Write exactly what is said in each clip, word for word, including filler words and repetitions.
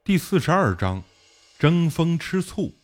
第四十二章，争风吃醋。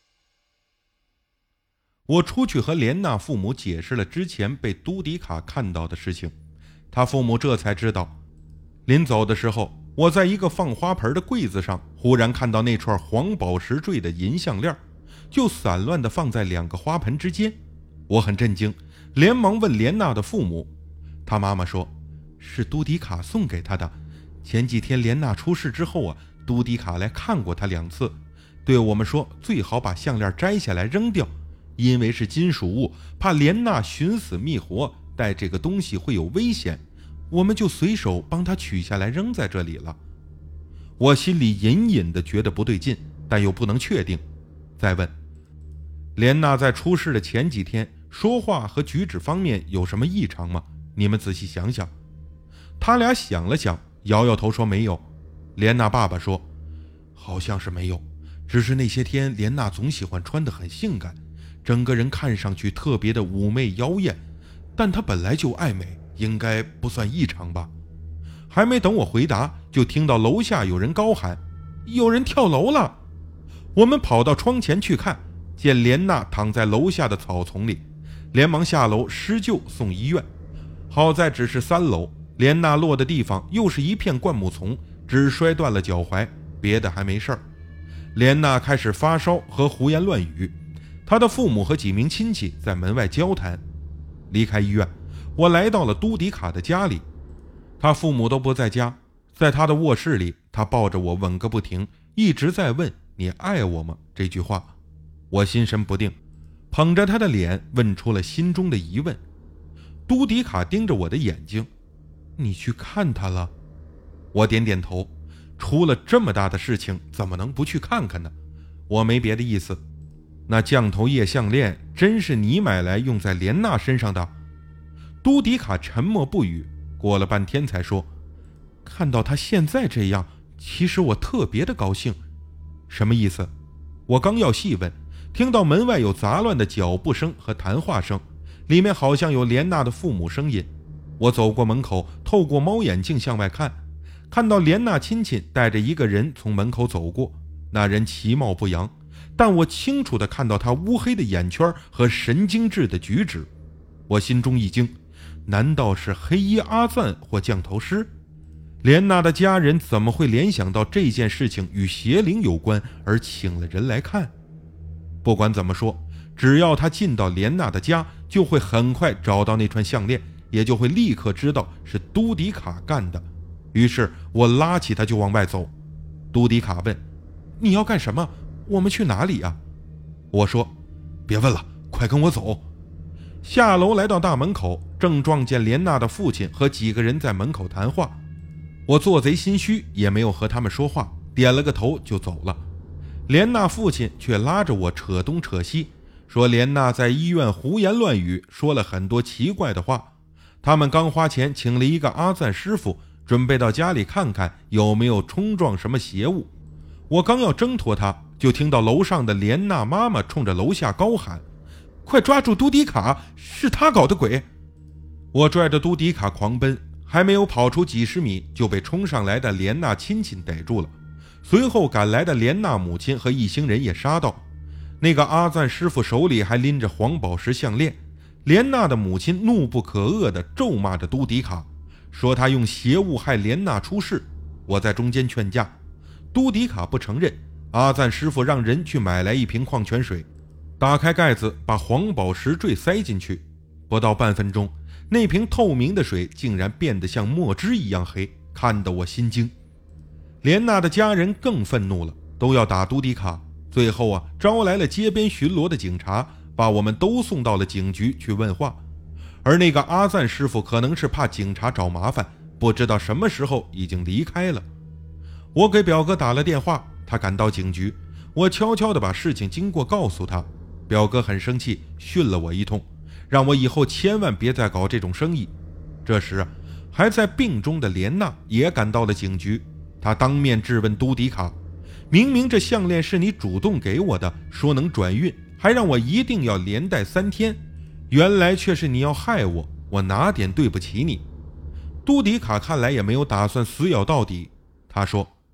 我出去和莲娜父母解释了之前被都迪卡看到的事情，他父母这才知道。临走的时候，我在一个放花盆的柜子上忽然看到那串黄宝石坠的银项链，就散乱地放在两个花盆之间。我很震惊，连忙问莲娜的父母，他妈妈说是都迪卡送给他的。前几天莲娜出事之后啊，都迪卡来看过他两次，对我们说最好把项链摘下来扔掉，因为是金属物，怕莲娜寻死觅活，带这个东西会有危险，我们就随手帮他取下来扔在这里了。我心里隐隐的觉得不对劲，但又不能确定。再问，莲娜在出事的前几天说话和举止方面有什么异常吗？你们仔细想想。他俩想了想，摇摇头说没有。莲娜爸爸说，好像是没有，只是那些天莲娜总喜欢穿得很性感，整个人看上去特别的妩媚妖艳，但她本来就爱美，应该不算异常吧。还没等我回答，就听到楼下有人高喊，有人跳楼了。我们跑到窗前去看，见莲娜躺在楼下的草丛里，连忙下楼施救送医院。好在只是三楼，莲娜落的地方又是一片灌木丛，只摔断了脚踝，别的还没事儿。莲娜开始发烧和胡言乱语，她的父母和几名亲戚在门外交谈。离开医院，我来到了都迪卡的家里，他父母都不在家，在他的卧室里，他抱着我吻个不停，一直在问你爱我吗这句话。我心神不定，捧着他的脸问出了心中的疑问。都迪卡盯着我的眼睛，你去看他了？我点点头，出了这么大的事情，怎么能不去看看呢？我没别的意思。那降头叶项链真是你买来用在莲娜身上的？都迪卡沉默不语，过了半天才说，看到他现在这样，其实我特别的高兴。什么意思？我刚要细问，听到门外有杂乱的脚步声和谈话声，里面好像有莲娜的父母声音。我走过门口，透过猫眼镜向外看，看到莲娜亲戚带着一个人从门口走过，那人其貌不扬，但我清楚地看到他乌黑的眼圈和神经质的举止。我心中一惊，难道是黑衣阿赞或降头师？莲娜的家人怎么会联想到这件事情与邪灵有关，而请了人来看？不管怎么说，只要他进到莲娜的家，就会很快找到那串项链，也就会立刻知道是都迪卡干的。于是我拉起他就往外走。都迪卡问，你要干什么？我们去哪里啊？我说，别问了，快跟我走。下楼来到大门口，正撞见莲娜的父亲和几个人在门口谈话。我做贼心虚，也没有和他们说话，点了个头就走了。莲娜父亲却拉着我扯东扯西，说莲娜在医院胡言乱语，说了很多奇怪的话。他们刚花钱请了一个阿赞师傅，准备到家里看看有没有冲撞什么邪物。我刚要挣脱他，就听到楼上的莲娜妈妈冲着楼下高喊，快抓住都迪卡，是他搞的鬼！我拽着都迪卡狂奔，还没有跑出几十米，就被冲上来的莲娜亲戚逮住了。随后赶来的莲娜母亲和一行人也杀到。那个阿赞师傅手里还拎着黄宝石项链。莲娜的母亲怒不可遏地咒骂着都迪卡，说他用邪物害莲娜出事。我在中间劝架，都迪卡不承认。阿赞师傅让人去买来一瓶矿泉水，打开盖子，把黄宝石坠塞进去。不到半分钟，那瓶透明的水竟然变得像墨汁一样黑，看得我心惊。莲娜的家人更愤怒了，都要打都迪卡。最后啊，招来了街边巡逻的警察，把我们都送到了警局去问话。而那个阿赞师傅可能是怕警察找麻烦，不知道什么时候已经离开了。我给表哥打了电话，他赶到警局，我悄悄地把事情经过告诉他。表哥很生气，训了我一通，让我以后千万别再搞这种生意。这时啊，还在病中的莲娜也赶到了警局，她当面质问都迪卡，明明这项链是你主动给我的，说能转运，还让我一定要连带三天，原来却是你要害我，我哪点对不起你？都迪卡看来也没有打算死咬到底，他说，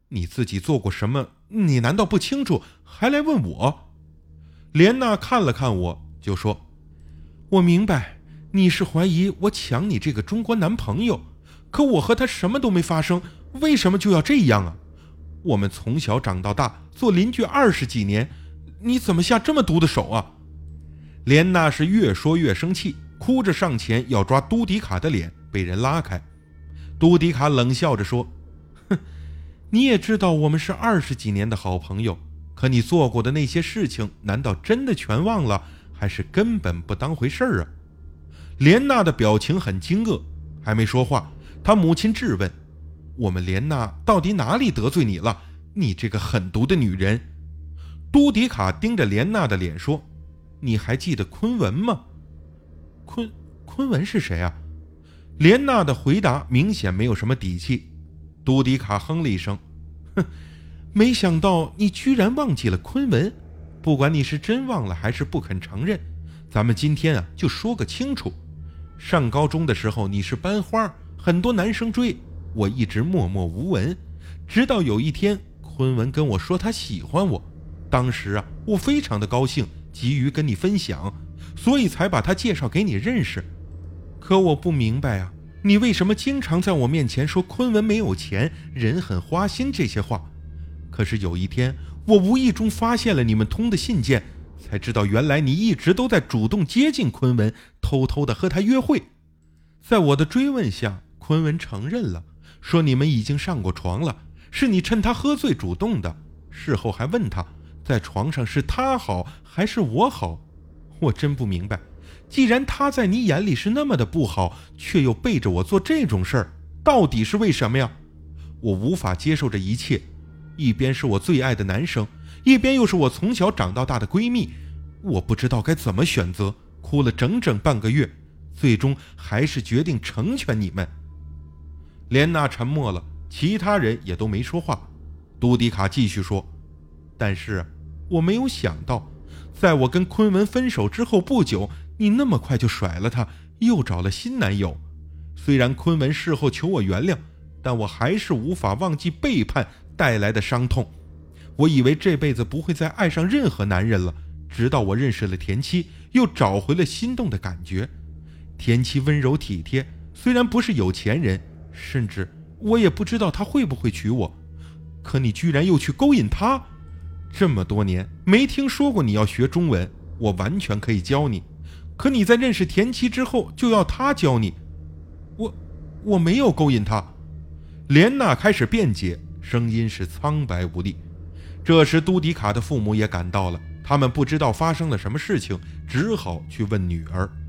你自己做过什么？你难道不清楚，还来问我？莲娜看了看我，就说：我明白，你是怀疑我抢你这个中国男朋友，可我和他什么都没发生，为什么就要这样啊？我们从小长到大，做邻居二十几年，你怎么下这么毒的手啊？莲娜是越说越生气，哭着上前要抓都迪卡的脸，被人拉开。都迪卡冷笑着说：哼，你也知道我们是二十几年的好朋友，可你做过的那些事情，难道真的全忘了，还是根本不当回事儿啊？莲娜的表情很惊愕，还没说话，她母亲质问：我们莲娜到底哪里得罪你了？你这个狠毒的女人！都迪卡盯着莲娜的脸说：你还记得昆文吗？昆昆文是谁啊？莲娜的回答明显没有什么底气。都迪卡哼了一声：哼，没想到你居然忘记了昆文。不管你是真忘了还是不肯承认，咱们今天啊就说个清楚。上高中的时候你是班花，很多男生追，我一直默默无闻，直到有一天昆文跟我说他喜欢我，当时啊我非常的高兴，急于跟你分享，所以才把他介绍给你认识。可我不明白啊，你为什么经常在我面前说昆文没有钱，人很花心这些话？可是有一天我无意中发现了你们通的信件，才知道原来你一直都在主动接近昆文，偷偷的和他约会。在我的追问下，昆文承认了，说你们已经上过床了，是你趁他喝醉主动的。事后还问他，在床上是他好还是我好？我真不明白，既然他在你眼里是那么的不好，却又背着我做这种事儿，到底是为什么呀？我无法接受这一切，一边是我最爱的男生，一边又是我从小长到大的闺蜜，我不知道该怎么选择，哭了整整半个月，最终还是决定成全你们。莲娜沉默了，其他人也都没说话。都迪卡继续说：但是我没有想到，在我跟昆文分手之后不久，你那么快就甩了他，又找了新男友。虽然昆文事后求我原谅，但我还是无法忘记背叛带来的伤痛。我以为这辈子不会再爱上任何男人了，直到我认识了田七，又找回了心动的感觉。田七温柔体贴，虽然不是有钱人，甚至我也不知道他会不会娶我，可你居然又去勾引他。这么多年没听说过你要学中文，我完全可以教你，可你在认识田七之后就要他教你。我我没有勾引他。莲娜开始辩解，声音是苍白无力。这时都迪卡的父母也赶到了，他们不知道发生了什么事情，只好去问女儿。